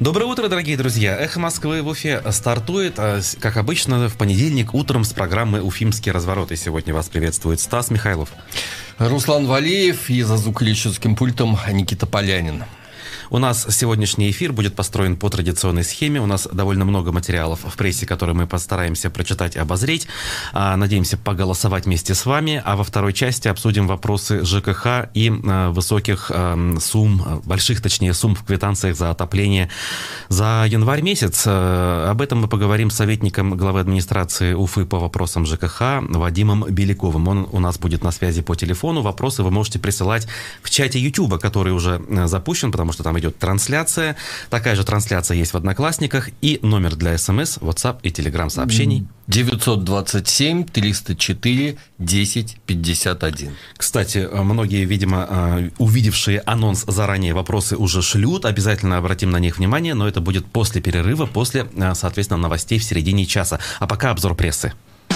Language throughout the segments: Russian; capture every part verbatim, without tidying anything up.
Доброе утро, дорогие друзья. «Эхо Москвы» в Уфе стартует, как обычно, в понедельник утром с программы «Уфимский разворот». И сегодня вас приветствует Стас Михайлов, Руслан Валеев и за звукорежиссерским пультом Никита Полянин. У нас сегодняшний эфир будет построен по традиционной схеме. У нас довольно много материалов в прессе, которые мы постараемся прочитать и обозреть. Надеемся поголосовать вместе с вами. А во второй части обсудим вопросы ЖКХ и высоких сумм, больших, точнее, сумм в квитанциях за отопление за январь месяц. Об этом мы поговорим с советником главы администрации Уфы по вопросам ЖКХ Вадимом Беляковым. Он у нас будет на связи по телефону. Вопросы вы можете присылать в чате Ютуба, который уже запущен, потому что там идет трансляция. Такая же трансляция есть в Одноклассниках. И номер для СМС, WhatsApp и Telegram сообщений. девятьсот двадцать семь триста четыре десять пятьдесят один. Кстати, многие, видимо, увидевшие анонс заранее, вопросы уже шлют. Обязательно обратим на них внимание, но это будет после перерыва, после, соответственно, новостей в середине часа. А пока обзор прессы.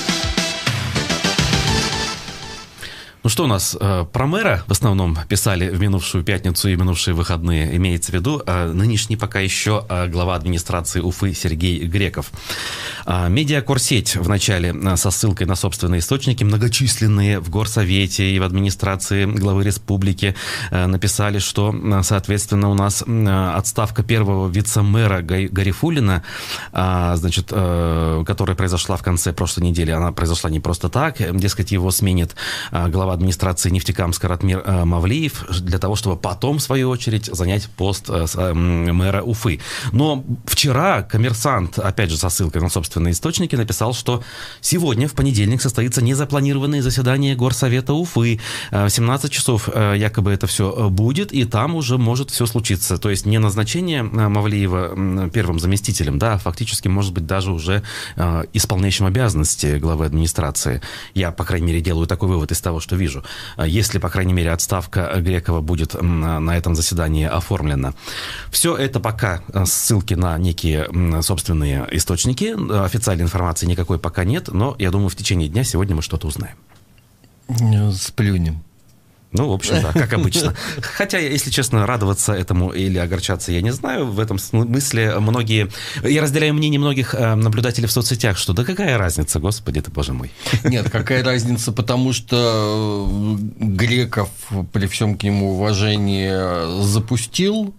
Ну что у нас, про мэра в основном писали в минувшую пятницу и минувшие выходные, имеется в виду нынешний пока еще глава администрации Уфы Сергей Греков. Медиакорсеть в начале со ссылкой на собственные источники, многочисленные в Горсовете и в администрации главы республики, написали, что, соответственно, у нас отставка первого вице-мэра Гарифуллина, значит, которая произошла в конце прошлой недели, она произошла не просто так, дескать, его сменит глава администрации Нефтекамска Ратмир Мавлиев для того, чтобы потом, в свою очередь, занять пост мэра Уфы. Но вчера «Коммерсант», опять же, со ссылкой на собственные источники, написал, что сегодня, в понедельник, состоится незапланированное заседание Горсовета Уфы. В семнадцать часов якобы это все будет, и там уже может все случиться. То есть не назначение Мавлиева первым заместителем, да, а фактически, может быть, даже уже исполняющим обязанности главы администрации. Я, по крайней мере, делаю такой вывод из того, что вижу. Если, по крайней мере, отставка Грекова будет на этом заседании оформлена. Все это пока ссылки на некие собственные источники. Официальной информации никакой пока нет, но я думаю, в течение дня сегодня мы что-то узнаем. Сплюнем. Ну, в общем, да, как обычно. Хотя, если честно, радоваться этому или огорчаться я не знаю. В этом смысле многие... Я разделяю мнение многих наблюдателей в соцсетях, что да какая разница, господи ты, боже мой. Нет, какая разница, потому что Греков, при всем к нему уважении, запустил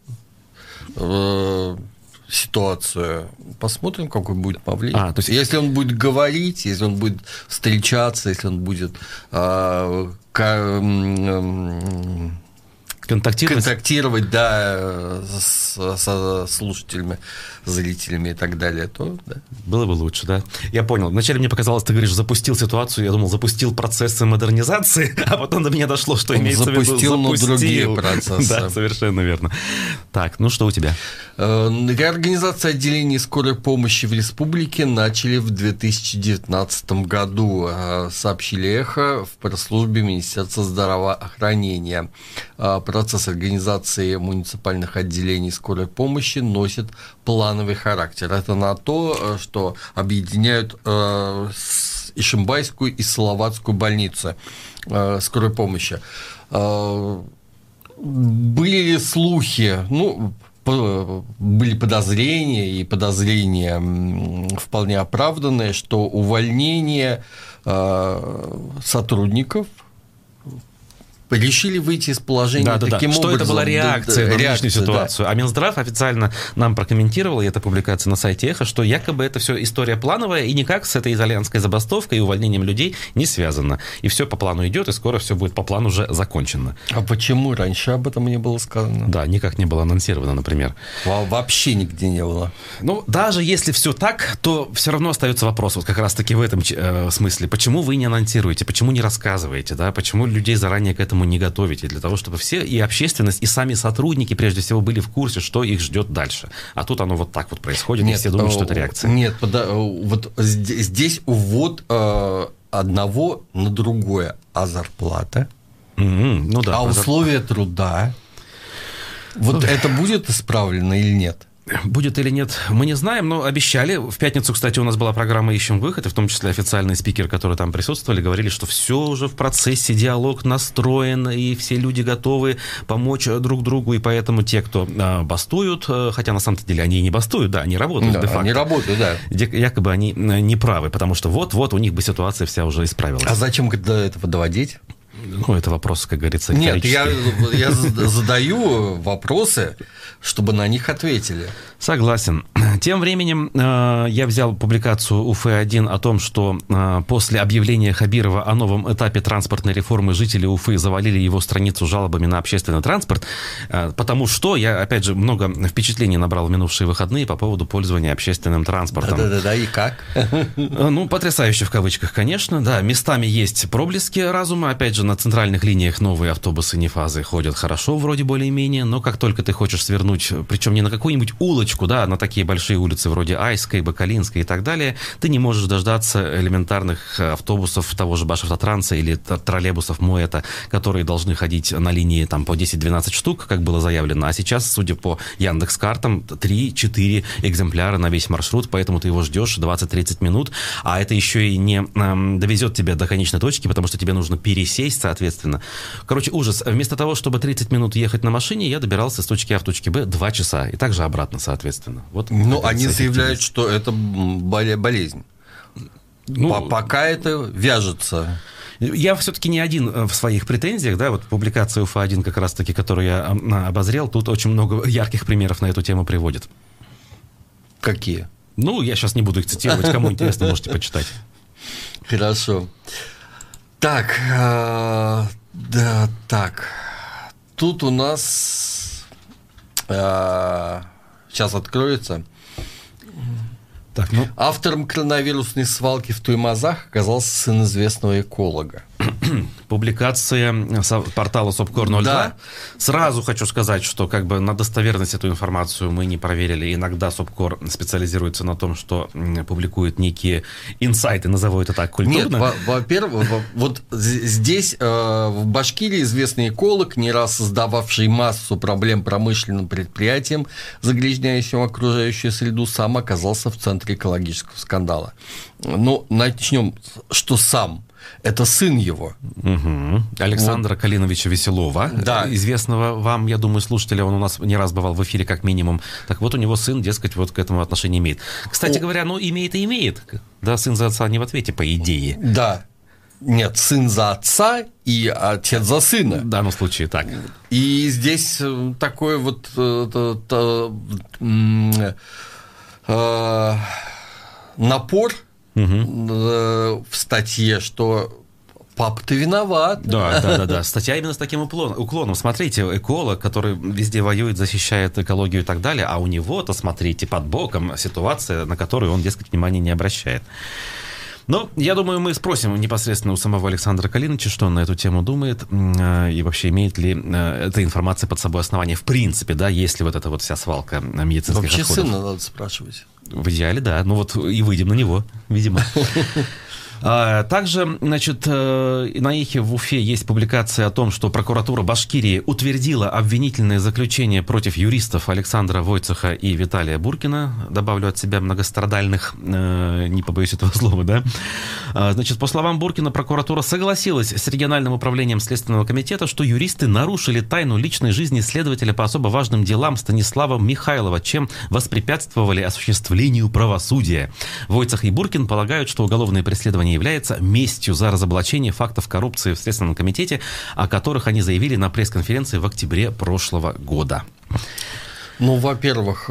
ситуацию. Посмотрим, какой будет Мавлиев. А, то есть... Если он будет говорить, если он будет встречаться, если он будет а, к, контактировать, контактировать да, с, со слушателями, зрителями и так далее, то да. Было бы лучше, да. Я понял. Вначале мне показалось, ты говоришь, запустил ситуацию, я думал, запустил процессы модернизации, а потом до меня дошло, что имеется запустил, в виду запустил, но другие процессы. Да, совершенно верно. Так, ну что у тебя? Реорганизация отделений скорой помощи в республике начали в две тысячи девятнадцатом году, сообщили «Эхо» в пресс-службе Министерства здравоохранения. Процесс организации муниципальных отделений скорой помощи носит плановый характер. Это на то, что объединяют Ишимбайскую и Салаватскую больницы скорой помощи. Были ли слухи, ну, были подозрения, и подозрения вполне оправданные, что увольнение сотрудников решили выйти из положения да, да, таким да. образом. Что это была реакция да, на реакция, нынешнюю ситуацию. Да. А Минздрав официально нам прокомментировал, и это публикация на сайте «Эхо», что якобы это все история плановая и никак с этой итальянской забастовкой и увольнением людей не связано. И все по плану идет, и скоро все будет по плану уже закончено. А почему раньше об этом не было сказано? Да, никак не было анонсировано, например. Вообще нигде не было. Ну, даже если все так, то все равно остается вопрос, вот как раз-таки в этом э, смысле. Почему вы не анонсируете, почему не рассказываете, да? Почему людей заранее к этому не готовите? Для того, чтобы все, и общественность, и сами сотрудники, прежде всего, были в курсе, что их ждет дальше. А тут оно вот так вот происходит, нет, и все думают, что это реакция. Нет, вот здесь увод одного на другое. А зарплата? Mm-hmm, ну да, а условия труда? Вот это будет исправлено или нет? Будет или нет, мы не знаем, но обещали. В пятницу, кстати, у нас была программа «Ищем выход», и в том числе официальные спикеры, которые там присутствовали, говорили, что все уже в процессе, диалог настроен, и все люди готовы помочь друг другу, и поэтому те, кто а, бастуют, хотя на самом-то деле они и не бастуют, да, они работают, да, де-факто. Они работают, да. Якобы они не правы, потому что вот-вот у них бы ситуация вся уже исправилась. А зачем до этого доводить? Ну, это вопрос, как говорится, Нет, я, я задаю вопросы, чтобы на них ответили. Согласен. Тем временем э, я взял публикацию Уфы один о том, что э, после объявления Хабирова о новом этапе транспортной реформы жители Уфы завалили его страницу жалобами на общественный транспорт, э, потому что я, опять же, много впечатлений набрал в минувшие выходные по поводу пользования общественным транспортом. Да-да-да, и как? Ну, потрясающе в кавычках, конечно, да. Местами есть проблески разума, опять же, на центральных линиях новые автобусы Нефазы ходят хорошо, вроде более-менее, но как только ты хочешь свернуть, причем не на какую-нибудь улочку, да, на такие большие улицы вроде Айской, Бакалинской и так далее, ты не можешь дождаться элементарных автобусов того же Башавтотранса или троллейбусов Моэта, которые должны ходить на линии там по десять-двенадцать штук, как было заявлено, а сейчас, судя по Яндекс.Картам, три-четыре экземпляра на весь маршрут, поэтому ты его ждешь двадцать-тридцать минут, а это еще и не эм, довезет тебя до конечной точки, потому что тебе нужно пересесть, соответственно. Короче, ужас. Вместо того, чтобы тридцать минут ехать на машине, я добирался с точки А в точке Б два часа, и также обратно, соответственно. Вот. Ну, они заявляют, что это болезнь. Ну, пока это вяжется. Я все-таки не один в своих претензиях, да, вот публикация Уфа один как раз-таки, которую я обозрел, тут очень много ярких примеров на эту тему приводит. Какие? Ну, я сейчас не буду их цитировать, кому интересно, можете почитать. Хорошо. Так, э, да, так, тут у нас э, сейчас откроется. Так, ну. Автором коронавирусной свалки в Туймазах оказался сын известного эколога. Публикация портала Собкор ноль два. Да. Сразу хочу сказать, что как бы на достоверность эту информацию мы не проверили. Иногда Собкор специализируется на том, что публикует некие инсайты, назову это так культурно. Нет, во-первых, вот здесь в Башкирии известный эколог, не раз создававший массу проблем промышленным предприятиям, загрязняющим окружающую среду, сам оказался в центре экологического скандала. Ну, начнем, что сам. Это сын его. Угу. Александра вот. Калиновича Веселова, да. известного вам, я думаю, слушателя, он у нас не раз бывал в эфире как минимум. Так вот, у него сын, дескать, вот к этому отношение имеет. Кстати О. говоря, ну, имеет и имеет. Да, сын за отца не в ответе, по идее. Да. Нет, сын за отца и отец за сына. В данном случае так. И здесь такой вот э, э, э, э, напор угу. в статье, что папа-то виноват. Да, да, да, да. Статья именно с таким уклоном. Смотрите, эколог, который везде воюет, защищает экологию и так далее, а у него-то, смотрите, под боком ситуация, на которую он, дескать, внимания не обращает. Но я думаю, мы спросим непосредственно у самого Александра Калиновича, что он на эту тему думает, и вообще имеет ли эта информация под собой основание в принципе, да, есть ли вот эта вот вся свалка медицинских вообще отходов. Вообще сына надо спрашивать. В идеале, да. Ну вот и выйдем на него, видимо. Также, значит, на Ихе в Уфе есть публикация о том, что прокуратура Башкирии утвердила обвинительное заключение против юристов Александра Войцеха и Виталия Буркина. Добавлю от себя многострадальных, не побоюсь этого слова, да. Значит, по словам Буркина, прокуратура согласилась с региональным управлением Следственного комитета, что юристы нарушили тайну личной жизни следователя по особо важным делам Станислава Михайлова, чем воспрепятствовали осуществлению правосудия. Войцех и Буркин полагают, что уголовное преследование является местью за разоблачение фактов коррупции в Следственном комитете, о которых они заявили на пресс-конференции в октябре прошлого года. Ну, во-первых,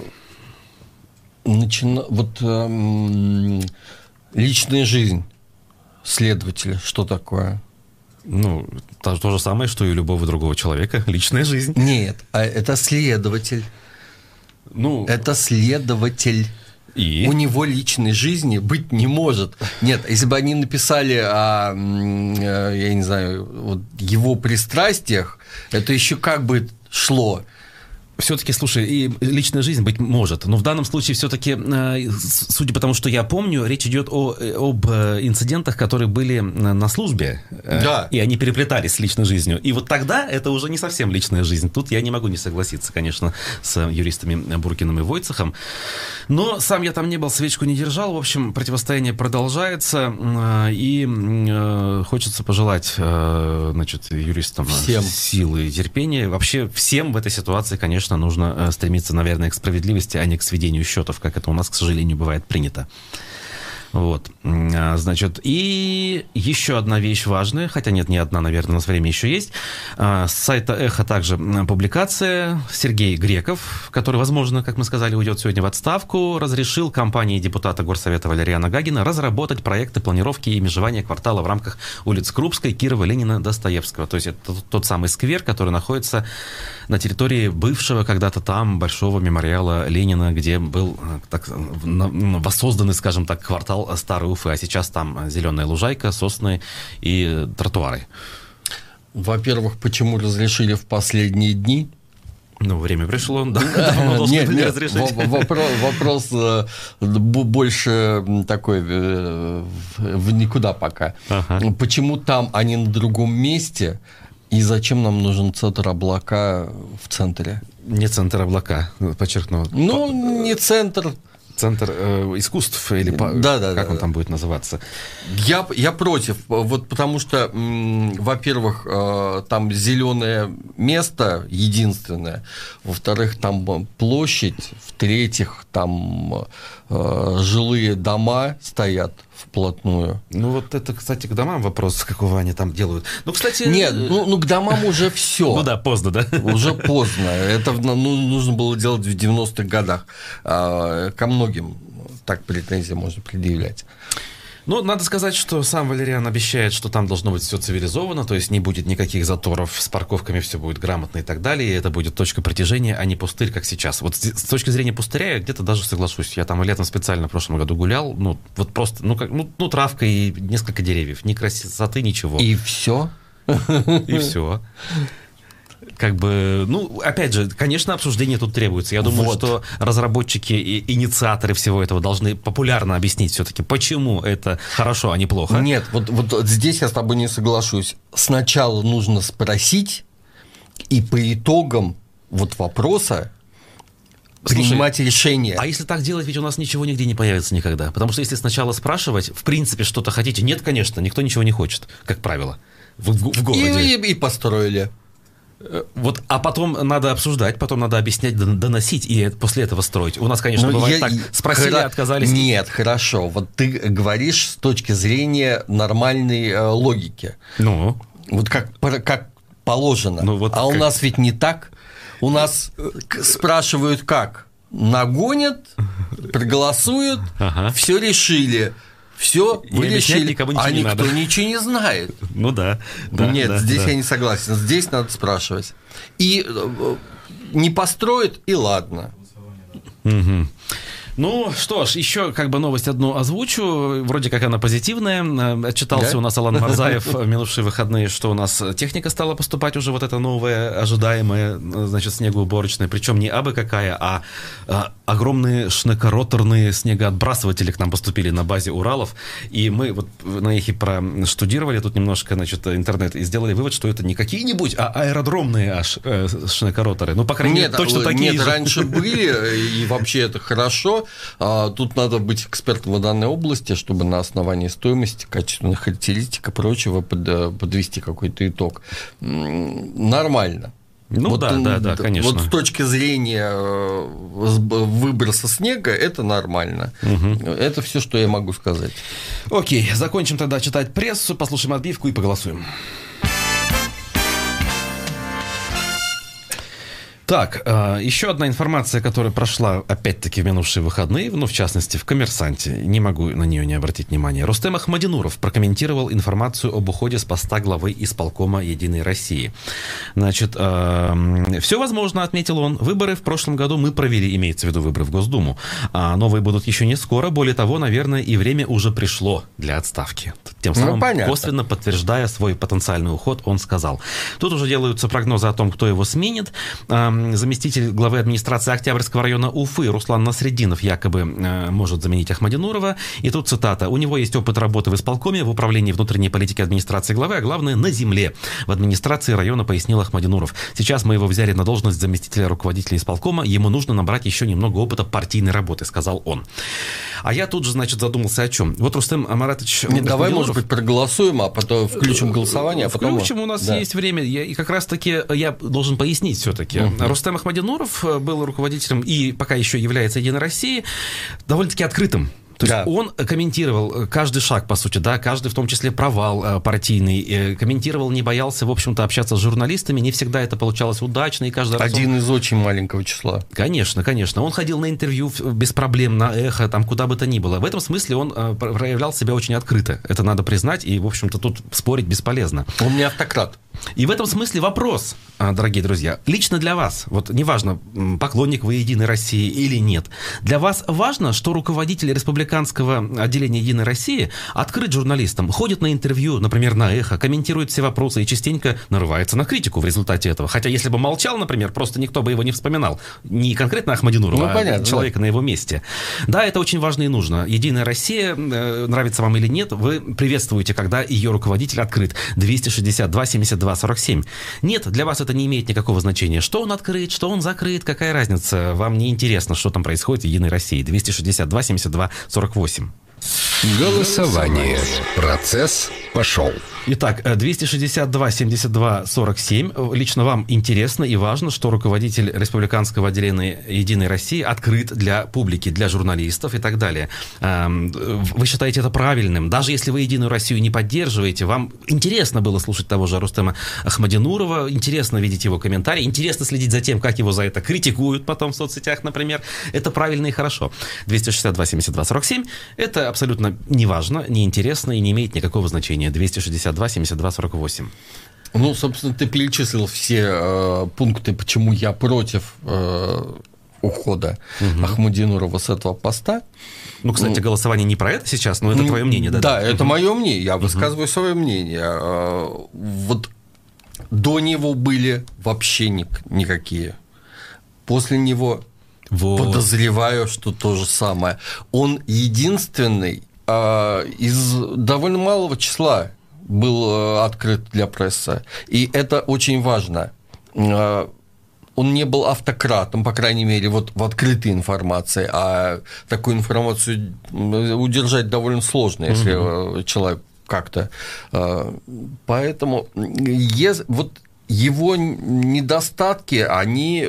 начина... вот э, личная жизнь следователя, что такое? Ну, то, то же самое, что и у любого другого человека, личная жизнь. Нет, а это следователь. Ну, это следователь. И? У него личной жизни быть не может. Нет, если бы они написали о, я не знаю, вот его пристрастиях, это еще как бы шло. Все-таки, слушай, и личная жизнь быть может, но в данном случае все-таки, судя по тому, что я помню, речь идет о, об инцидентах, которые были на службе, да. И они переплетались с личной жизнью. И вот тогда это уже не совсем личная жизнь. Тут я не могу не согласиться, конечно, с юристами Буркиным и Войцехом. Но сам я там не был, свечку не держал. В общем, противостояние продолжается, и хочется пожелать, значит, юристам всем силы и терпения. Вообще всем в этой ситуации, конечно, нужно стремиться, наверное, к справедливости, а не к сведению счетов, как это у нас, к сожалению, бывает принято. Вот, значит, и еще одна вещь важная, хотя нет, не одна, наверное, у нас время еще есть. С сайта «Эхо» также публикация. Сергей Греков, который, возможно, как мы сказали, уйдет сегодня в отставку, разрешил компании депутата Горсовета Валериана Гагина разработать проекты планировки и межевания квартала в рамках улиц Крупской, Кирова, Ленина, Достоевского. То есть это тот самый сквер, который находится на территории бывшего когда-то там большого мемориала Ленина, где был так, воссозданный, скажем так, квартал старой Уфы, а сейчас там зеленая лужайка, сосны и тротуары. Во-первых, почему разрешили в последние дни? Ну, время пришло, да, давно должны были разрешить. Вопрос, вопрос больше такой в никуда пока. Ага. Почему там, а не на другом месте? И зачем нам нужен центр облака в центре? Не центр облака, подчеркну. Ну, не центр. Центр э, искусств, или да, как да, он да. там будет называться? Я, я против, вот потому что, м, во-первых, э, там зеленое место единственное, во-вторых, там площадь, в-третьих, там э, жилые дома стоят вплотную. Ну, вот это, кстати, к домам вопрос, какого они там делают. Ну, кстати... Нет, ну, ну к домам уже все. Ну да, поздно, да? Уже поздно. Это ну, нужно было делать в девяностых годах. Ко многим так претензии можно предъявлять. Ну, надо сказать, что сам Валериан обещает, что там должно быть все цивилизовано, то есть не будет никаких заторов с парковками, все будет грамотно и так далее, и это будет точка притяжения, а не пустырь, как сейчас. Вот с точки зрения пустыря я где-то даже соглашусь. Я там летом специально в прошлом году гулял, ну, вот просто, ну, как, ну, ну травка и несколько деревьев, ни красоты, ничего. И все? И все. Как бы, ну, опять же, конечно, обсуждение тут требуется. Я думаю, вот. что разработчики и инициаторы всего этого должны популярно объяснить все-таки, почему это хорошо, а не плохо. Нет, вот, вот здесь я с тобой не соглашусь. Сначала нужно спросить, и по итогам вот вопроса принимать Слушай, решение. А если так делать, ведь у нас ничего нигде не появится никогда. Потому что если сначала спрашивать, в принципе, что-то хотите, нет, конечно, никто ничего не хочет, как правило, в, в городе. И, и, и построили. Вот, а потом надо обсуждать, потом надо объяснять, доносить, и после этого строить. У нас, конечно, ну, бывает я, так, спросили, хора... отказались. Нет, хорошо, вот ты говоришь с точки зрения нормальной э, логики. Ну? Вот как, как положено. Ну, вот а как... у нас ведь не так. У нас спрашивают как? Нагонят, проголосуют, ага. все решили. Все, вы решили, никому ничего а не никто надо. ничего не знает. Ну да. да Нет, да, здесь да. я не согласен. Здесь надо спрашивать. И не построят, и ладно. Угу. Ну, что ж, еще как бы новость одну озвучу, вроде как она позитивная. Отчитался да? у нас Алан Марзаев в минувшие выходные, что у нас техника стала поступать уже вот эта новая, ожидаемая, значит, снегоуборочная, причем не абы какая, а, а огромные шнекороторные снегоотбрасыватели к нам поступили на базе Уралов, и мы вот на Эхе проштудировали тут немножко, значит, интернет и сделали вывод, что это не какие-нибудь, а аэродромные аж э, шнекороторы. Ну, по крайней мере, точно такие нет, же. раньше были, и вообще это хорошо. Тут надо быть экспертом в данной области, чтобы на основании стоимости, качественных характеристик и прочего подвести какой-то итог. Нормально. Ну вот, да, да, да, конечно. Вот с точки зрения выброса снега это нормально. Угу. Это все, что я могу сказать. Окей, закончим тогда читать прессу, послушаем отбивку и поголосуем. Так, еще одна информация, которая прошла опять-таки в минувшие выходные, ну, в частности, в «Коммерсанте», не могу на нее не обратить внимания. Рустем Ахмадинуров прокомментировал информацию об уходе с поста главы исполкома «Единой России». Значит, э, все возможно, отметил он. Выборы в прошлом году мы провели, имеется в виду выборы в Госдуму. А новые будут еще не скоро. Более того, наверное, и время уже пришло для отставки. Тем самым, ну, косвенно подтверждая свой потенциальный уход, он сказал. Тут уже делаются прогнозы о том, кто его сменит. заместитель главы администрации Октябрьского района Уфы Руслан Насреддинов якобы может заменить Ахмадинурова. И тут цитата. «У него есть опыт работы в исполкоме, в управлении внутренней политики администрации главы, а главное, на земле. В администрации района», пояснил Ахмадинуров. «Сейчас мы его взяли на должность заместителя руководителя исполкома. Ему нужно набрать еще немного опыта партийной работы», сказал он. А я тут же, значит, задумался о чем. Вот Рустем Маратович... Ну, давай, может быть, проголосуем, а потом включим голосование, а потом... Включим, у нас да. есть время. Я, и как раз-таки я должен пояснить все-таки. Uh-huh. Рустем Ахмадинуров был руководителем и пока еще является Единой Россией довольно-таки открытым. То есть да. он комментировал каждый шаг, по сути, да, каждый, в том числе, провал партийный, комментировал, не боялся, в общем-то, общаться с журналистами, не всегда это получалось удачно, и каждый раз Один он... из очень маленького числа. Конечно, конечно. Он ходил на интервью без проблем, на Эхо, там, куда бы то ни было. В этом смысле он проявлял себя очень открыто. Это надо признать, и, в общем-то, тут спорить бесполезно. Он не автократ. И в этом смысле вопрос, дорогие друзья, лично для вас, вот неважно, поклонник вы Единой России или нет, для вас важно, что руководитель республиканского отделения Единой России открыт журналистам, ходит на интервью, например, на Эхо, комментирует все вопросы и частенько нарывается на критику в результате этого. Хотя если бы молчал, например, просто никто бы его не вспоминал. Не конкретно Ахмадинурова, ну, понятно, а человека да. на его месте. Да, это очень важно и нужно. Единая Россия, нравится вам или нет, вы приветствуете, когда ее руководитель открыт. двести шестьдесят два семьдесят два сорок семь. Нет, для вас это не имеет никакого значения. Что он открыт, что он закрыт, какая разница? Вам не интересно, что там происходит в Единой России. двести шестьдесят два семьдесят два сорок восемь. Голосование. Процесс пошел. Итак, двести шестьдесят два семьдесят два сорок семь. Лично вам интересно и важно, что руководитель республиканского отделения Единой России открыт для публики, для журналистов и так далее. Вы считаете это правильным? Даже если вы Единую Россию не поддерживаете, вам интересно было слушать того же Рустема Ахмадинурова, интересно видеть его комментарии, интересно следить за тем, как его за это критикуют потом в соцсетях, например. Это правильно и хорошо. двести шестьдесят два семьдесят два сорок семь. Это абсолютно неважно, неинтересно и не имеет никакого значения. двести шестьдесят два семьдесят два сорок восемь. Ну, собственно, ты перечислил все э, пункты, почему я против э, ухода угу. Ахмадинурова с этого поста. Ну, кстати, голосование не про это сейчас, но это ну, твое мнение, да? Да, это угу. мое мнение, я высказываю угу. свое мнение. Вот до него были вообще никакие. После него вот. Подозреваю, что то же самое. Он единственный из довольно малого числа был открыт для прессы. И это очень важно. Он не был автократом, по крайней мере, вот в открытой информации, а такую информацию удержать довольно сложно, если угу. человек как-то... Поэтому вот его недостатки, они...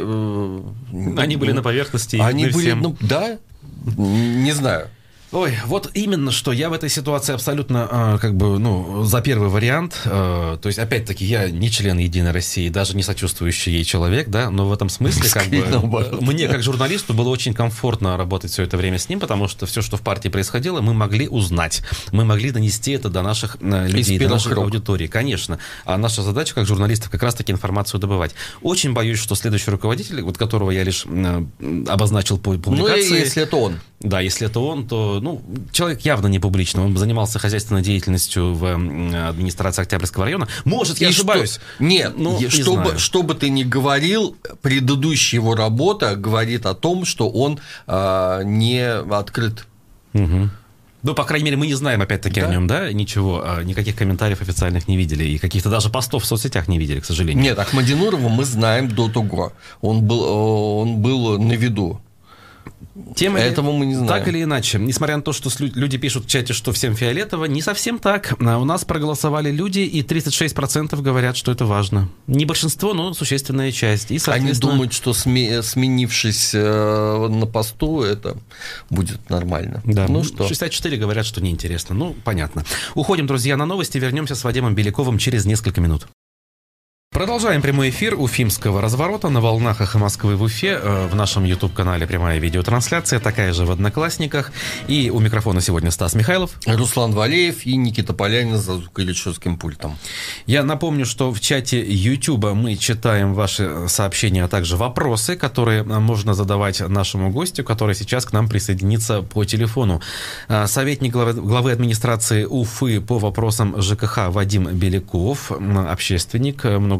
Они были на поверхности. Они были, всем... ну, да, не знаю. Ой, вот именно что я в этой ситуации абсолютно как бы, ну, за первый вариант. То есть, опять-таки, я не член Единой России, даже не сочувствующий ей человек, да, но в этом смысле, как бы, мне, как журналисту, было очень комфортно работать все это время с ним, потому что все, что в партии происходило, мы могли узнать, мы могли донести это до наших людей, до нашей аудитории, конечно. А наша задача, как журналистов, как раз-таки информацию добывать. Очень боюсь, что следующий руководитель, вот которого я лишь обозначил по публикации... Ну, и если это он. Да, если это он, то, ну, человек явно не публичный. Он занимался хозяйственной деятельностью в администрации Октябрьского района. Может, я и ошибаюсь. Что... Нет, ну, не что, бы, что бы ты ни говорил, предыдущая его работа говорит о том, что он э, не открыт. Угу. Ну, по крайней мере, мы не знаем, опять-таки, да? о нем, да, ничего, никаких комментариев официальных не видели, и каких-то даже постов в соцсетях не видели, к сожалению. Нет, Ахмадинурова мы знаем до того. Он был, он был на виду. Тем Этого мы не знаем. Так или иначе, несмотря на то, что люди пишут в чате, что всем фиолетово, не совсем так. У нас проголосовали люди, и тридцать шесть процентов говорят, что это важно. Не большинство, но существенная часть. И, соответственно... Они думают, что сменившись на посту, это будет нормально. Да. Ну что? шестьдесят четыре говорят, что неинтересно. Ну, понятно. Уходим, друзья, на новости. Вернемся с Вадимом Беляковым через несколько минут. Продолжаем прямой эфир уфимского разворота на волнах «Эхо Москвы» в Уфе. В нашем YouTube-канале прямая видеотрансляция, такая же в Одноклассниках. И у микрофона сегодня Стас Михайлов, Руслан Валеев и Никита Полянин за звукорежиссерским пультом. Я напомню, что в чате YouTube мы читаем ваши сообщения, а также вопросы, которые можно задавать нашему гостю, который сейчас к нам присоединится по телефону. Советник главы, главы администрации Уфы по вопросам ЖКХ Вадим Беляков, общественник, много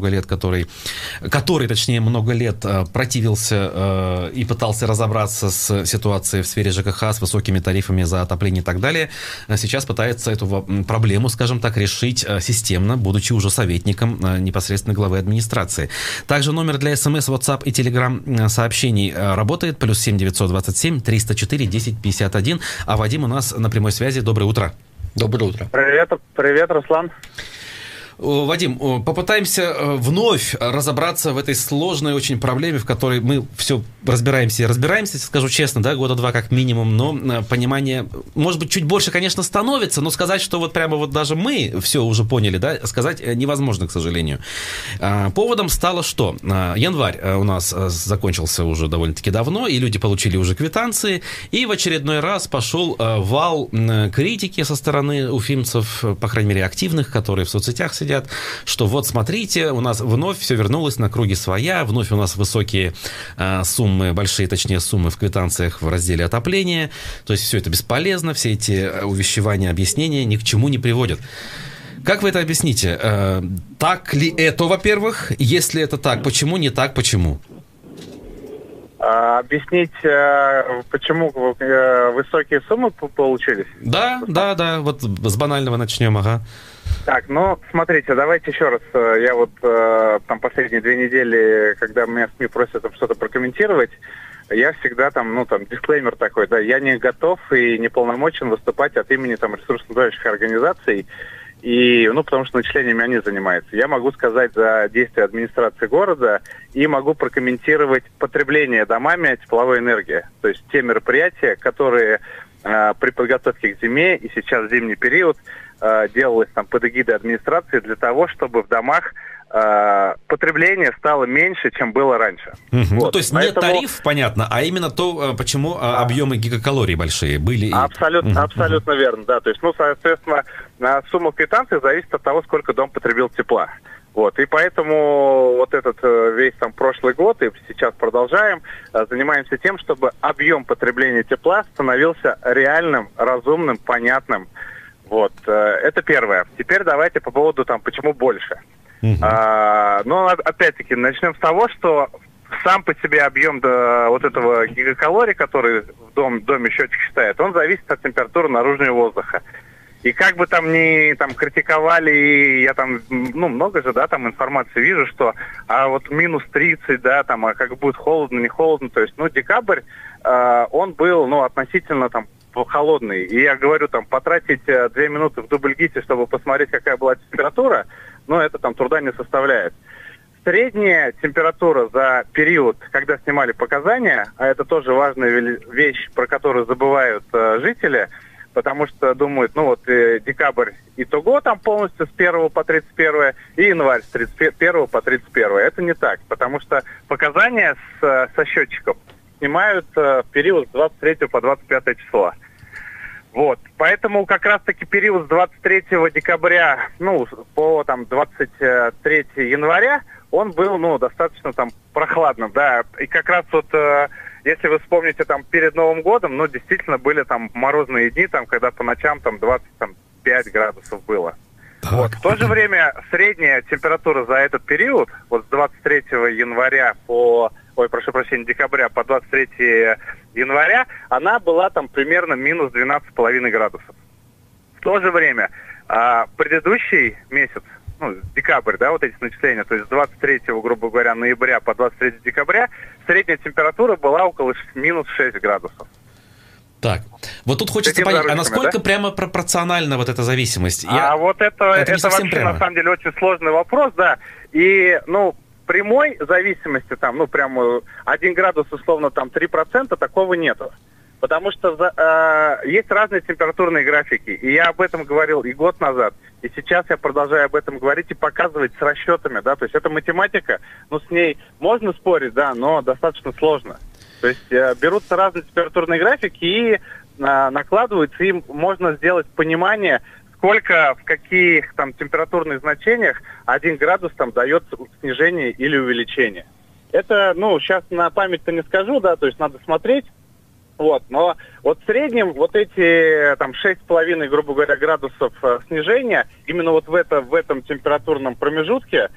лет, который, который, точнее, много лет противился и пытался разобраться с ситуацией в сфере ЖКХ, с высокими тарифами за отопление и так далее, сейчас пытается эту проблему, скажем так, решить системно, будучи уже советником непосредственно главы администрации. Также номер для СМС, WhatsApp и Telegram сообщений работает. Плюс семь девятьсот двадцать семь триста четыре десять пятьдесят один. А Вадим у нас на прямой связи. Доброе утро. Доброе утро. Привет, привет, Руслан. Вадим, попытаемся вновь разобраться в этой сложной очень проблеме, в которой мы все разбираемся и разбираемся, скажу честно, да, года два как минимум, но понимание, может быть, чуть больше, конечно, становится, но сказать, что вот прямо вот даже мы все уже поняли, да, сказать невозможно, к сожалению. Поводом стало что? Январь у нас закончился уже довольно-таки давно, и люди получили уже квитанции, и в очередной раз пошел вал критики со стороны уфимцев, по крайней мере, активных, которые в соцсетях сидят, что вот смотрите, у нас вновь все вернулось на круги своя, вновь у нас высокие э, суммы, большие, точнее, суммы в квитанциях в разделе отопления, то есть все это бесполезно, все эти увещевания, объяснения ни к чему не приводят. Как вы это объясните? Э, так ли это, во-первых? Если это так, почему не так, почему? А, объяснить, почему высокие суммы получились? Да, да, да, вот с банального начнем, ага. Так, ну, смотрите, давайте еще раз. Я вот там последние две недели, когда меня СМИ просят там что-то прокомментировать, я всегда там, ну, там, дисклеймер такой, да, я не готов и не полномочен выступать от имени там ресурсоснабжающих организаций, и, ну, потому что начислениями они занимаются. Я могу сказать за действия администрации города и могу прокомментировать потребление домами тепловой энергии. То есть те мероприятия, которые э, при подготовке к зиме и сейчас в зимний период э, делалось там под эгидой администрации для того, чтобы в домах э, потребление стало меньше, чем было раньше. Угу. Вот. Ну, то есть Поэтому... не тариф, понятно, а именно то, почему а. объемы гигакалорий большие были. Абсолютно, угу. абсолютно угу. верно, да. То есть, ну, соответственно, сумма квитанции зависит от того, сколько дом потребил тепла. Вот, и поэтому вот этот весь там прошлый год, и сейчас продолжаем, занимаемся тем, чтобы объем потребления тепла становился реальным, разумным, понятным. Вот, это первое. Теперь давайте по поводу там, почему больше. Uh-huh. А, ну, опять-таки, начнем с того, что сам по себе объем до вот этого гигакалорий, который в дом, доме счетчик считает, он зависит от температуры наружного воздуха. И как бы там ни там критиковали, и я там, ну, много же, да, там информации вижу, что а вот минус тридцать, да, там, а как будет холодно, не холодно, то есть, ну, декабрь, э, он был, ну, относительно там холодный. И я говорю, там, потратить э, две минуты в Дубльгите, чтобы посмотреть, какая была температура, ну, это там труда не составляет. Средняя температура за период, когда снимали показания, а это тоже важная вещь, про которую забывают э, жители, потому что думают, ну вот э, декабрь итого там полностью с первого по тридцать первое и январь с тридцать первого по тридцать первое. Это не так, потому что показания с, со счетчиков снимают э, в период с двадцать третьего по двадцать пятое число. Вот, поэтому как раз-таки период с двадцать третьего декабря, ну, по там двадцать третьего января, он был, ну, достаточно там прохладным, да, и как раз вот... Э, Если вы вспомните, там, перед Новым годом, ну, действительно, были там морозные дни, там, когда по ночам там двадцать пять градусов было. Вот. В то же время средняя температура за этот период, вот с двадцать третьего января по, ой, прошу прощения, декабря по двадцать третьего января, она была там примерно минус двенадцать с половиной градусов. В то же время а, предыдущий месяц, ну, декабрь, да, вот эти начисления, то есть с двадцать третьего, грубо говоря, ноября по двадцать третьего декабря, средняя температура была около минус шесть градусов. Так, вот тут хочется понять, а насколько да? прямо пропорциональна вот эта зависимость? Я... А вот это, это, это вообще, прямо. на самом деле, очень сложный вопрос, да, и, ну, прямой зависимости, там, ну, прямо один градус, условно, там, три процента, такого нету. Потому что э, есть разные температурные графики, и я об этом говорил и год назад, и сейчас я продолжаю об этом говорить и показывать с расчетами, да, то есть это математика, ну, с ней можно спорить, да, но достаточно сложно. То есть э, берутся разные температурные графики и э, накладываются, и можно сделать понимание, сколько, в каких там температурных значениях один градус там дает снижение или увеличение. Это, ну, сейчас на память-то не скажу, да, то есть надо смотреть. Вот, но вот в среднем вот эти там шесть с половиной, грубо говоря, градусов э, снижения, именно вот в, это, в этом температурном промежутке,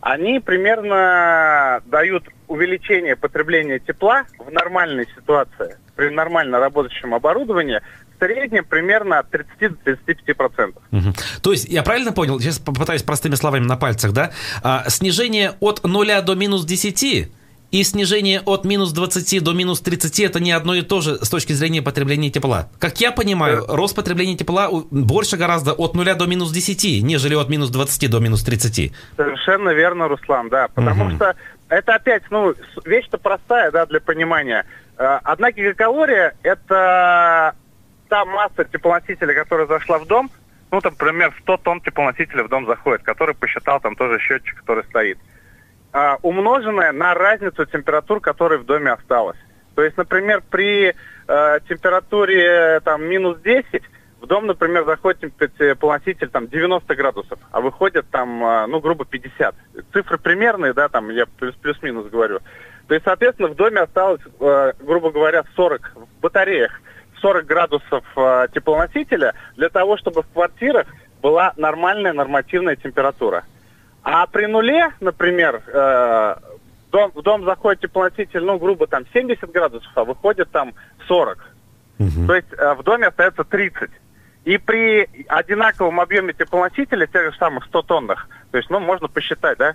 они примерно дают увеличение потребления тепла в нормальной ситуации, при нормально работающем оборудовании, в среднем примерно от тридцати до тридцати пяти процентов. Угу. То есть, я правильно понял, сейчас попытаюсь простыми словами на пальцах, да? А, снижение от нуля до минус десяти и снижение от минус двадцати до минус тридцати – это не одно и то же с точки зрения потребления тепла. Как я понимаю, да. Рост потребления тепла больше гораздо от нуля до минус десяти, нежели от минус двадцати до минус тридцати. Совершенно верно, Руслан, да. Потому угу. что это опять, ну, вещь-то простая, да, для понимания. Одна гигакалория – это та масса теплоносителя, которая зашла в дом. Ну, там, например, сто тонн теплоносителя в дом заходит, который посчитал там тоже счетчик, который стоит. Uh, умноженное на разницу температур, которая в доме осталась. То есть, например, при uh, температуре там, минус десять в дом, например, заходит теплоноситель там, девяносто градусов, а выходит там, uh, ну, грубо пятьдесят. Цифры примерные, да, там я плюс, плюс-минус говорю. То есть, соответственно, в доме осталось, uh, грубо говоря, сорок, в батареях сорок градусов uh, теплоносителя для того, чтобы в квартирах была нормальная нормативная температура. А при нуле, например, э, дом, в дом заходит теплоноситель, ну, грубо, там, семьдесят градусов, а выходит там сорок. Угу. То есть э, в доме остается тридцать. И при одинаковом объеме теплоносителя, тех же самых ста тоннах, то есть, ну, можно посчитать, да,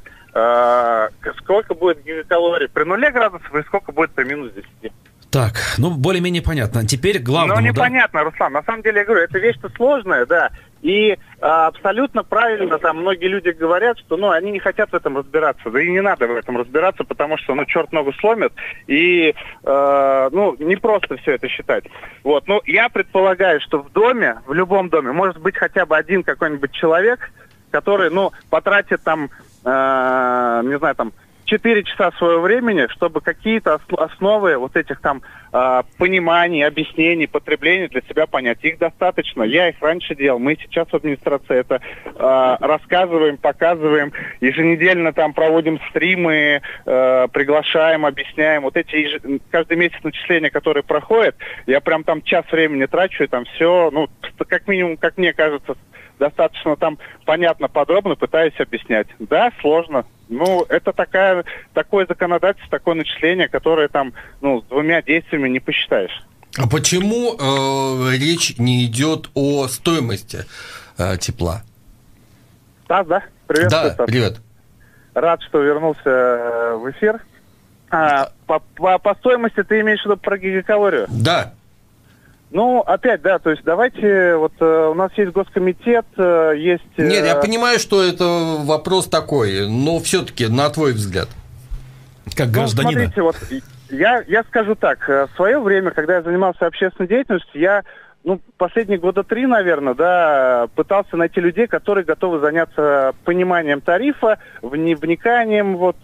э, сколько будет гигакалорий при нуле градусов и сколько будет при минус десяти. Так, ну, более-менее понятно. Теперь главное. Ну, непонятно, да? Руслан. На самом деле, я говорю, это вещь-то сложная, да. И а, абсолютно правильно, там, многие люди говорят, что, ну, они не хотят в этом разбираться. Да и не надо в этом разбираться, потому что, ну, черт ногу сломит. И, э, ну, не просто все это считать. Вот, ну, я предполагаю, что в доме, в любом доме, может быть хотя бы один какой-нибудь человек, который, ну, потратит там, э, не знаю, там, четыре часа своего времени, чтобы какие-то основы вот этих там э, пониманий, объяснений, потреблений для себя понять. Их достаточно. Я их раньше делал. Мы сейчас в администрации это э, рассказываем, показываем. Еженедельно там проводим стримы, э, приглашаем, объясняем. Вот эти еж... каждый месяц начисления, которые проходят, я прям там час времени трачу, и там все, ну, как минимум, как мне кажется, достаточно там понятно, подробно пытаюсь объяснять. Да, сложно. Ну, это такая, такое законодательство, такое начисление, которое там, ну, с двумя действиями не посчитаешь. А почему э, речь не идет о стоимости э, тепла? Стас, да? Привет. Да, Стас. привет. Рад, что вернулся в эфир. А, по, по, по стоимости ты имеешь в виду про гигакалорию? Да. Ну, опять, да, то есть давайте, вот э, у нас есть госкомитет, э, есть... Э... Нет, я понимаю, что это вопрос такой, но все-таки, на твой взгляд. Как гражданина. Ну, смотрите, вот я, я скажу так, в свое время, когда я занимался общественной деятельностью, я, ну, последние года три, наверное, да, пытался найти людей, которые готовы заняться пониманием тарифа, вниканием вот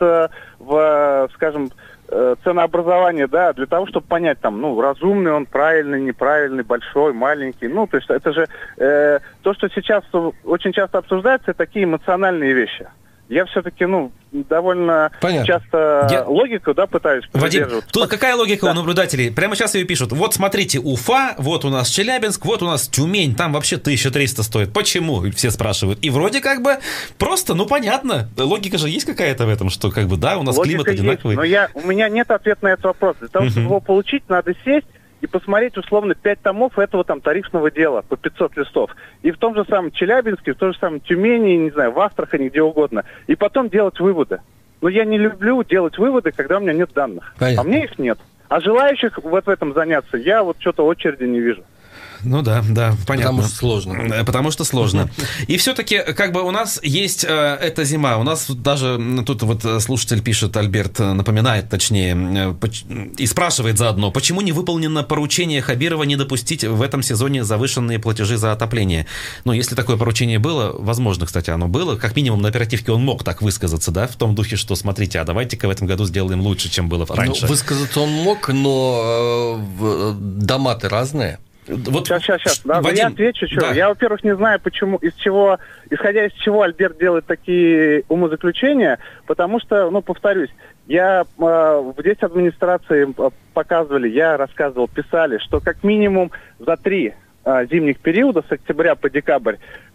в, скажем, ценообразование, да, для того, чтобы понять, там, ну, разумный он, правильный, неправильный, большой, маленький. Ну, то есть это же э, то, что сейчас очень часто обсуждается, это такие эмоциональные вещи. Я все-таки, ну, довольно Понятно. часто Я... логику, да, пытаюсь придерживаться. Вадим, тут какая логика да. у наблюдателей? Прямо сейчас ее пишут. Вот смотрите, Уфа, вот у нас Челябинск, вот у нас Тюмень, там вообще тысяча триста стоит. Почему? Все спрашивают. И вроде как бы просто, ну, понятно. Логика же есть какая-то в этом, что как бы, да, у нас логика климат одинаковый. Есть, но я, у меня нет ответа на этот вопрос. Для того, чтобы его получить, надо сесть и посмотреть, условно, пять томов этого там тарифного дела по пятьсот листов. И в том же самом Челябинске, в том же самом Тюмени, не знаю, в Астрахани, где угодно. И потом делать выводы. Но я не люблю делать выводы, когда у меня нет данных. Понятно. А мне их нет. А желающих вот в этом заняться я вот что-то очереди не вижу. Ну да, да, понятно. Потому что сложно. Потому что сложно. И все-таки, как бы у нас есть э, эта зима. У нас даже тут вот слушатель пишет, Альберт напоминает, точнее, э, и спрашивает заодно, почему не выполнено поручение Хабирова не допустить в этом сезоне завышенные платежи за отопление. Ну, если такое поручение было, возможно, кстати, оно было, как минимум на оперативке он мог так высказаться, да, в том духе, что, смотрите, а давайте-ка в этом году сделаем лучше, чем было раньше. Ну, высказаться он мог, но э, дома-то разные. Вот, сейчас, сейчас, сейчас. Да, Вадим, я отвечу, что. Да. Я, во-первых, не знаю, почему, из чего, исходя из чего Альберт делает такие умозаключения, потому что, ну, повторюсь, я э, в здесь администрации показывали, я рассказывал, писали, что как минимум за три э, зимних периода с октября по декабрь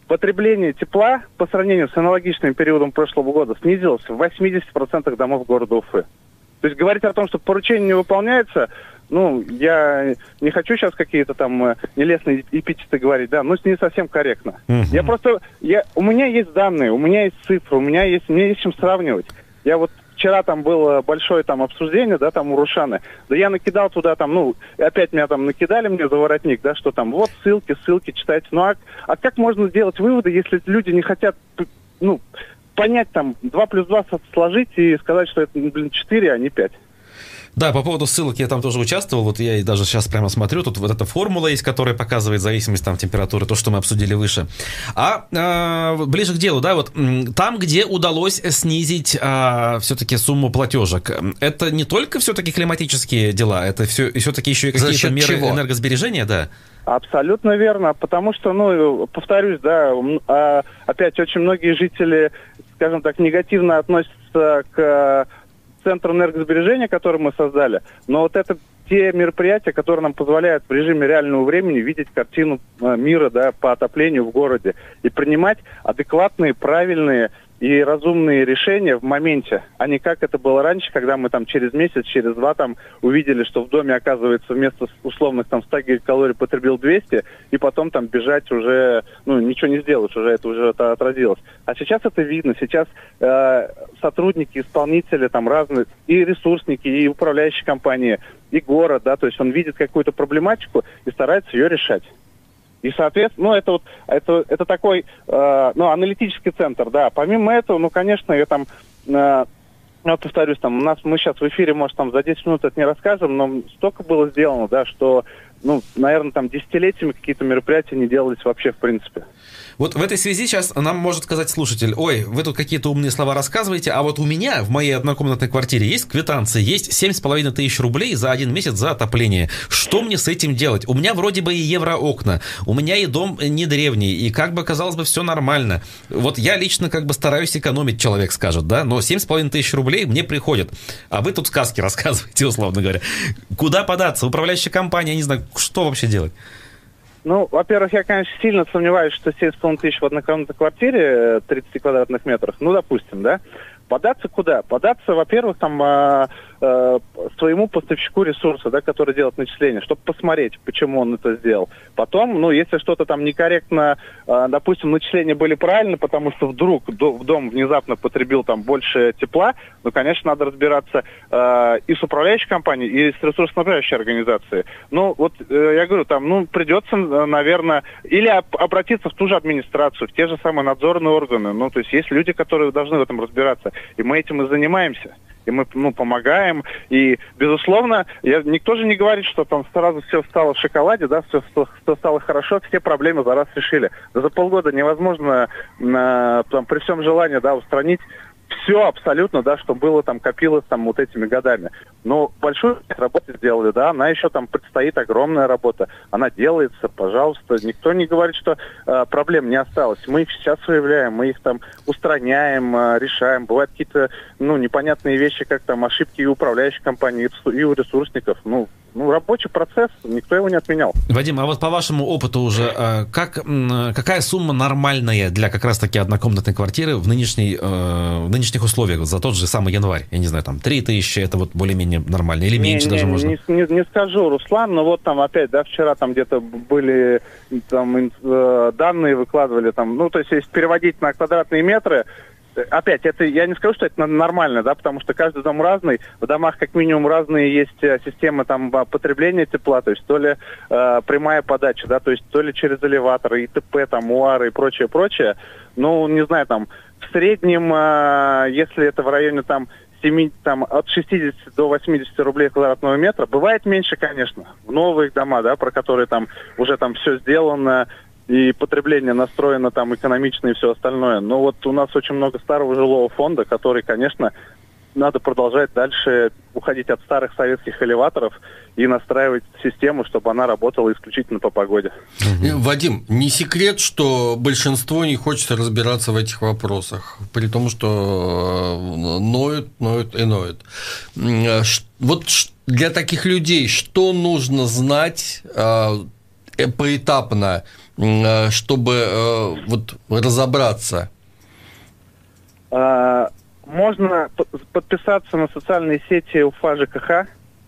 потребление тепла по сравнению с аналогичным периодом прошлого года снизилось в восемьдесят процентов домов города Уфы. То есть говорить о том, что поручение не выполняется, ну, я не хочу сейчас какие-то там нелестные эпитеты говорить, да, но это не совсем корректно. Uh-huh. Я просто, я, у меня есть данные, у меня есть цифры, у меня есть, мне есть чем сравнивать. Я вот вчера там было большое там обсуждение, да, там у Рушаны, да я накидал туда там, ну, опять меня там накидали мне за воротник, да, что там, вот ссылки, ссылки, читайте. Ну, а, а как можно сделать выводы, если люди не хотят, ну, понять там, два плюс два сложить и сказать, что это, блин, четыре, а не пять? Да, по поводу ссылок я там тоже участвовал, вот я и даже сейчас прямо смотрю, тут вот эта формула есть, которая показывает зависимость там температуры, то, что мы обсудили выше. А э, ближе к делу, да, вот там, где удалось снизить э, все-таки сумму платежек, это не только все-таки климатические дела, это все, все-таки еще и какие-то меры чего? Энергосбережения, да? Абсолютно верно, потому что, ну, повторюсь, да, опять очень многие жители, скажем так, негативно относятся к центру энергосбережения, который мы создали, но вот это те мероприятия, которые нам позволяют в режиме реального времени видеть картину мира, да, по отоплению в городе и принимать адекватные, правильные и разумные решения в моменте, а не как это было раньше, когда мы там через месяц, через два там увидели, что в доме, оказывается, вместо условных там ста гигакалорий потребил двести, и потом там бежать уже, ну, ничего не сделаешь, уже это уже это отразилось. А сейчас это видно, сейчас э, сотрудники, исполнители там разные, и ресурсники, и управляющие компании, и город, да, то есть он видит какую-то проблематику и старается ее решать. И, соответственно, ну, это вот, это, это такой, э, ну, аналитический центр, да. Помимо этого, ну, конечно, я там, э, ну, повторюсь, там, у нас, мы сейчас в эфире, может, там, за десять минут это не расскажем, но столько было сделано, да, что, ну, наверное, там, десятилетиями какие-то мероприятия не делались вообще, в принципе. Вот в этой связи сейчас нам может сказать слушатель: ой, вы тут какие-то умные слова рассказываете, а вот у меня в моей однокомнатной квартире есть квитанция, есть семь с половиной тысяч рублей за один месяц за отопление. Что мне с этим делать? У меня вроде бы и евроокна, у меня и дом не древний, и как бы, казалось бы, все нормально. Вот я лично как бы стараюсь экономить, человек скажет, да, но семь с половиной тысяч рублей мне приходят, а вы тут сказки рассказываете, условно говоря. Куда податься? Управляющая компания, я не знаю, что вообще делать? Ну, во-первых, я, конечно, сильно сомневаюсь, что семь с половиной тысяч в однокомнатной квартире тридцать квадратных метров, ну, допустим, да. Податься куда? Податься, во-первых, там, э, э, своему поставщику ресурса, да, который делает начисление, чтобы посмотреть, почему он это сделал. Потом, ну, если что-то там некорректно, э, допустим, начисления были правильно, потому что вдруг до, в дом внезапно потребил там больше тепла, ну, конечно, надо разбираться э, и с управляющей компанией, и с ресурсоснабжающей организацией. Ну, вот э, я говорю, там, ну, придется, наверное, или об- обратиться в ту же администрацию, в те же самые надзорные органы. Ну, то есть есть люди, которые должны в этом разбираться. И мы этим и занимаемся. И мы, ну, помогаем. И, безусловно, я, никто же не говорит, что там сразу все стало в шоколаде, да, все, все стало хорошо, все проблемы за раз решили. Да за полгода невозможно на, там, при всем желании, да, устранить все абсолютно, да, что было там, копилось там вот этими годами. Но большую работу сделали, да, она еще там предстоит огромная работа. Она делается, пожалуйста. Никто не говорит, что э, проблем не осталось. Мы их сейчас выявляем, мы их там устраняем, э, решаем. Бывают какие-то, ну, непонятные вещи, как там ошибки и у управляющих компаний, и у ресурсников. Ну, ну, рабочий процесс, никто его не отменял. Вадим, а вот по вашему опыту уже, как, какая сумма нормальная для как раз-таки однокомнатной квартиры в, нынешней, в нынешних условиях, за тот же самый январь? Я не знаю, там три тысячи, это вот более-менее нормально, или меньше не, даже не, можно? Не, не, не скажу, Руслан, но вот там опять, да, вчера там где-то были там, данные выкладывали, там, ну, то есть если переводить на квадратные метры, опять, это я не скажу, что это нормально, да, потому что каждый дом разный. В домах как минимум разные есть системы там потребления тепла, то есть то ли э, прямая подача, да, то есть то ли через элеваторы, ИТП, там, УАРы и прочее, прочее. Ну, не знаю, там, в среднем, э, если это в районе там семи, там, от шестидесяти до восьмидесяти рублей квадратного метра, бывает меньше, конечно, в новых домах, да, про которые там уже там все сделано, и потребление настроено там экономично и все остальное. Но вот у нас очень много старого жилого фонда, который, конечно, надо продолжать дальше уходить от старых советских элеваторов и настраивать систему, чтобы она работала исключительно по погоде. Угу. Вадим, не секрет, что большинство не хочет разбираться в этих вопросах, при том, что ноют, ноют и ноют. Вот для таких людей что нужно знать поэтапно, чтобы вот разобраться? Можно подписаться на социальные сети Уфа ЖКХ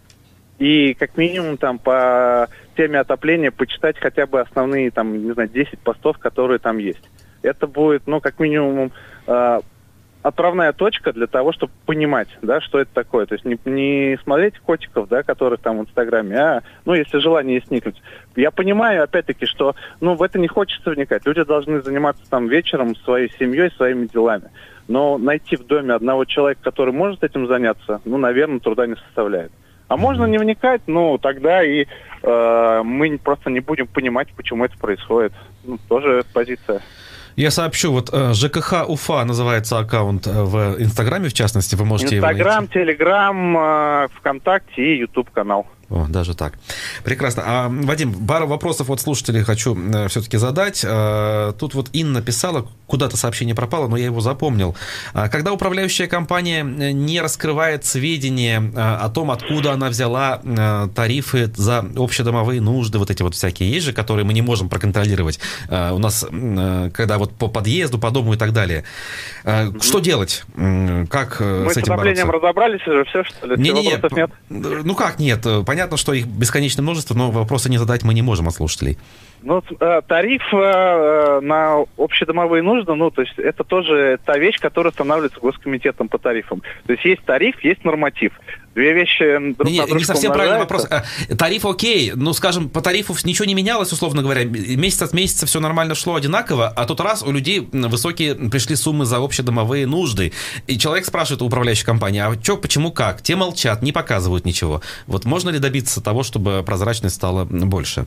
и как минимум там по теме отопления почитать хотя бы основные там, не знаю, десять постов, которые там есть. Это будет, ну, как минимум, э, отправная точка для того, чтобы понимать, да, что это такое. То есть не, не смотреть котиков, да, которых там в Инстаграме, а, ну, если желание есть вникнуть. Я понимаю, опять-таки, что, ну, в это не хочется вникать. Люди должны заниматься там вечером своей семьей, своими делами. Но найти в доме одного человека, который может этим заняться, ну, наверное, труда не составляет. А можно не вникать, ну, тогда и э, мы просто не будем понимать, почему это происходит. Ну, тоже позиция. Я сообщу, вот ЖКХ Уфа называется аккаунт в Инстаграме, в частности, вы можете Инстаграм, Телеграм, ВКонтакте и Ютуб-канал. О, даже так. Прекрасно. А, Вадим, пару вопросов от слушателей хочу э, все-таки задать. Э, тут вот Инна писала, куда-то сообщение пропало, но я его запомнил. Э, когда управляющая компания не раскрывает сведения э, о том, откуда она взяла э, тарифы за общедомовые нужды, вот эти вот всякие есть же, которые мы не можем проконтролировать. Э, у нас, э, когда вот по подъезду, по дому и так далее. Э, mm-hmm. Что делать? Э, как э, мы с этим бороться? Мы с отоплением разобрались уже, все, что ли? Не, не, не. нет? Ну как нет? Понятно. Понятно, что их бесконечное множество, но вопросы не задать мы не можем от слушателей. Ну, тариф э, на общедомовые нужды, ну, то есть это тоже та вещь, которая устанавливается Госкомитетом по тарифам. То есть есть тариф, есть норматив. Две вещи друг не, на друга не совсем умножаются. правильный вопрос. Тариф окей, ну, скажем, по тарифу ничего не менялось, условно говоря. Месяц от месяца все нормально шло одинаково, а тут раз у людей высокие пришли суммы за общедомовые нужды. И человек спрашивает у управляющей компании, а что, почему, как? Те молчат, не показывают ничего. Вот можно ли добиться того, чтобы прозрачность стала больше?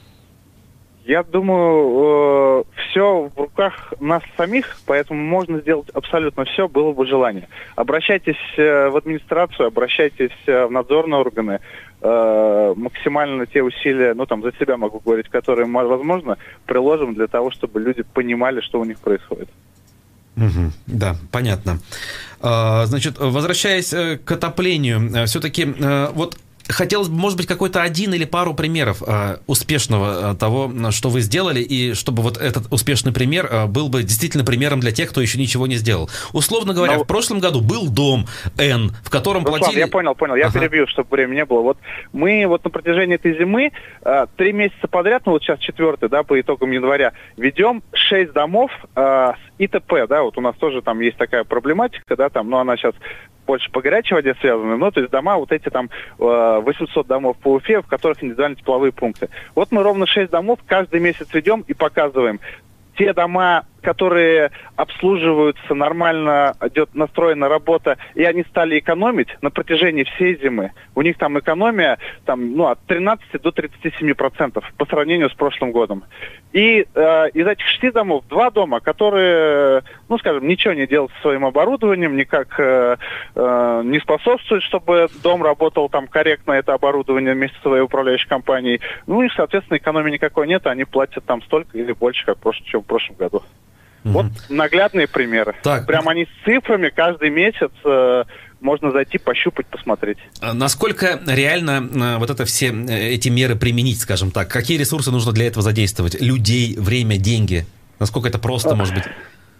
Я думаю, э, все в руках нас самих, поэтому можно сделать абсолютно все, было бы желание. Обращайтесь э, в администрацию, обращайтесь э, в надзорные органы, э, максимально те усилия, ну там за себя могу говорить, которые возможно, приложим для того, чтобы люди понимали, что у них происходит. Угу, да, понятно. А, значит, возвращаясь к отоплению, все-таки вот хотелось бы, может быть, какой-то один или пару примеров э, успешного э, того, что вы сделали, и чтобы вот этот успешный пример э, был бы действительно примером для тех, кто еще ничего не сделал. Условно говоря, Но... в прошлом году был дом N, в котором Руслан, платили... я понял, понял, я ага. перебью, чтобы времени не было. Вот мы вот на протяжении этой зимы э, три месяца подряд, ну вот сейчас четвертый, да, по итогам января, ведем шесть домов э, с ИТП, да, вот у нас тоже там есть такая проблематика, да, там, но она сейчас больше по горячей воде связаны, ну, то есть дома, вот эти там восемьсот домов по Уфе, в которых индивидуальные тепловые пункты. Вот мы ровно шесть домов каждый месяц ведем и показываем. Те дома, которые обслуживаются, нормально идет настроена работа, и они стали экономить на протяжении всей зимы. У них там экономия там, ну, от тринадцати до тридцати семи процентов по сравнению с прошлым годом. И э, из этих шести домов два дома, которые, ну, скажем, ничего не делают со своим оборудованием, никак э, э, не способствуют, чтобы дом работал там корректно, это оборудование вместе со своей управляющей компанией. Ну, у них, соответственно, экономии никакой нет, они платят там столько или больше, как в прошлом, чем в прошлом году. Угу. Вот наглядные примеры. Так. Прям они с цифрами каждый месяц э, можно зайти, пощупать, посмотреть. Насколько реально э, вот это все эти меры применить, скажем так? Какие ресурсы нужно для этого задействовать? Людей, время, деньги? Насколько это просто, а. может быть?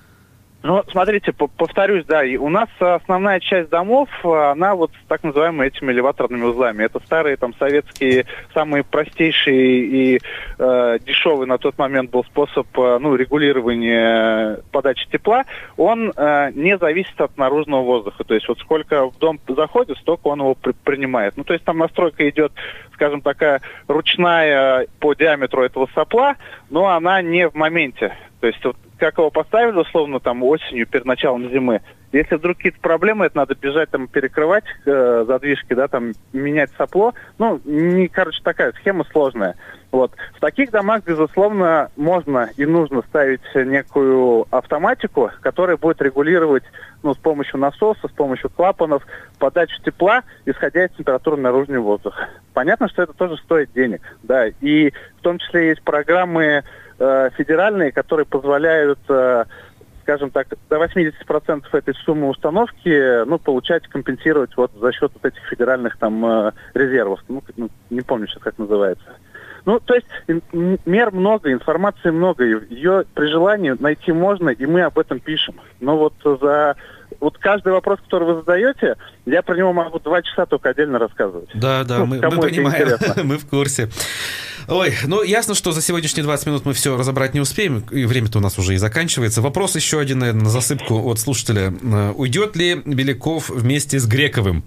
Ну, смотрите, повторюсь, да, и у нас основная часть домов, она вот с так называемыми этими элеваторными узлами. Это старые там советские, самые простейшие и э, дешевый на тот момент был способ, э, ну, регулирования подачи тепла. Он э, не зависит от наружного воздуха. То есть вот сколько в дом заходит, столько он его при- принимает. Ну, то есть там настройка идет, скажем, такая ручная по диаметру этого сопла, но она не в моменте. То есть вот как его поставили, условно, там, осенью, перед началом зимы, если вдруг какие-то проблемы, это надо бежать, там, перекрывать э, задвижки, да, там, менять сопло. Ну, не, короче, такая схема сложная. Вот. В таких домах, безусловно, можно и нужно ставить некую автоматику, которая будет регулировать, ну, с помощью насоса, с помощью клапанов подачу тепла, исходя из температуры наружного воздуха. Понятно, что это тоже стоит денег, да, и в том числе есть программы федеральные, которые позволяют, скажем так, до восемьдесят процентов этой суммы установки, ну, получать, компенсировать вот за счет вот этих федеральных там резервов. Ну, не помню сейчас, как называется. Ну, то есть мер много, информации много, ее при желании найти можно, и мы об этом пишем. Но вот за... Вот каждый вопрос, который вы задаете, я про него могу два часа только отдельно рассказывать. Да, да, ну, мы, мы понимаем, мы в курсе. Ой, ну ясно, что за сегодняшние двадцать минут мы все разобрать не успеем, и время-то у нас уже и заканчивается. Вопрос еще один, наверное, на засыпку от слушателя. Уйдет ли Беляков вместе с Грековым?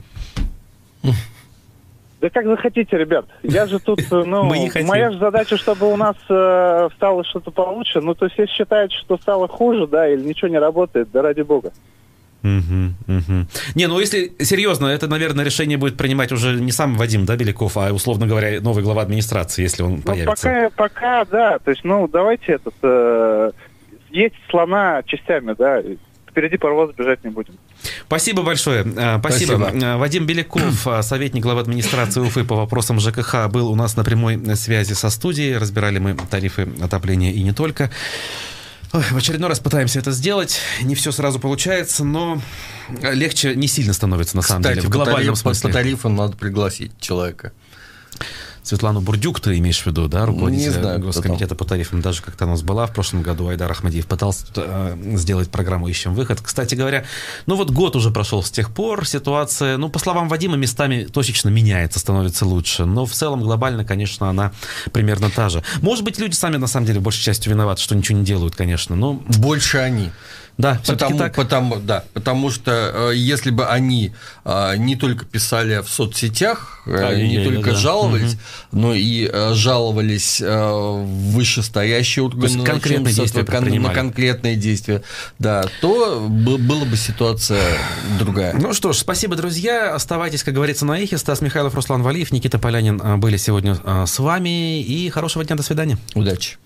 Да как захотите, ребят. Я же тут, ну, Мы не хотим. Моя же задача, чтобы у нас э, стало что-то получше. Ну, то есть, если считаете, что стало хуже, да, или ничего не работает, да ради бога. Угу, угу. Не, ну если серьезно, это, наверное, решение будет принимать уже не сам Вадим, да, Беляков, а, условно говоря, новый глава администрации, если он ну, появится. Пока, пока, да. То есть, ну, давайте этот... Э, есть слона частями, да. Впереди паровоза бежать не будем. Спасибо большое. Спасибо. Спасибо. Вадим Беляков, советник главы администрации Уфы по вопросам ЖКХ, был у нас на прямой связи со студией. Разбирали мы тарифы отопления и не только. Ой, в очередной раз пытаемся это сделать. Не все сразу получается, но легче не сильно становится на самом Кстати, деле. В глобальном тариф, смысле. По тарифам надо пригласить человека. Светлану Бурдюк ты имеешь в виду, да, руководитель знаю, Госкомитета по тарифам. Даже как-то она у нас была в прошлом году. Айдар Ахмадиев пытался э, сделать программу «Ищем выход». Кстати говоря, ну вот год уже прошел с тех пор. Ситуация, ну, по словам Вадима, местами точечно меняется, становится лучше. Но в целом глобально, конечно, она примерно та же. Может быть, люди сами, на самом деле, большей частью виноваты, что ничего не делают, конечно. Но... Больше они. Да, потому, так. Потому, да, потому что э, если бы они э, не только писали в соцсетях, э, а, не я, только я, да. жаловались, угу. но и э, жаловались э, в вышестоящие органы, конкретные действия кон, на конкретные действия, да, то б, была бы ситуация другая. Ну что ж, спасибо, друзья. Оставайтесь, как говорится, на эхе. Стас Михайлов, Руслан Валиев, Никита Полянин были сегодня с вами. И хорошего дня, до свидания. Удачи.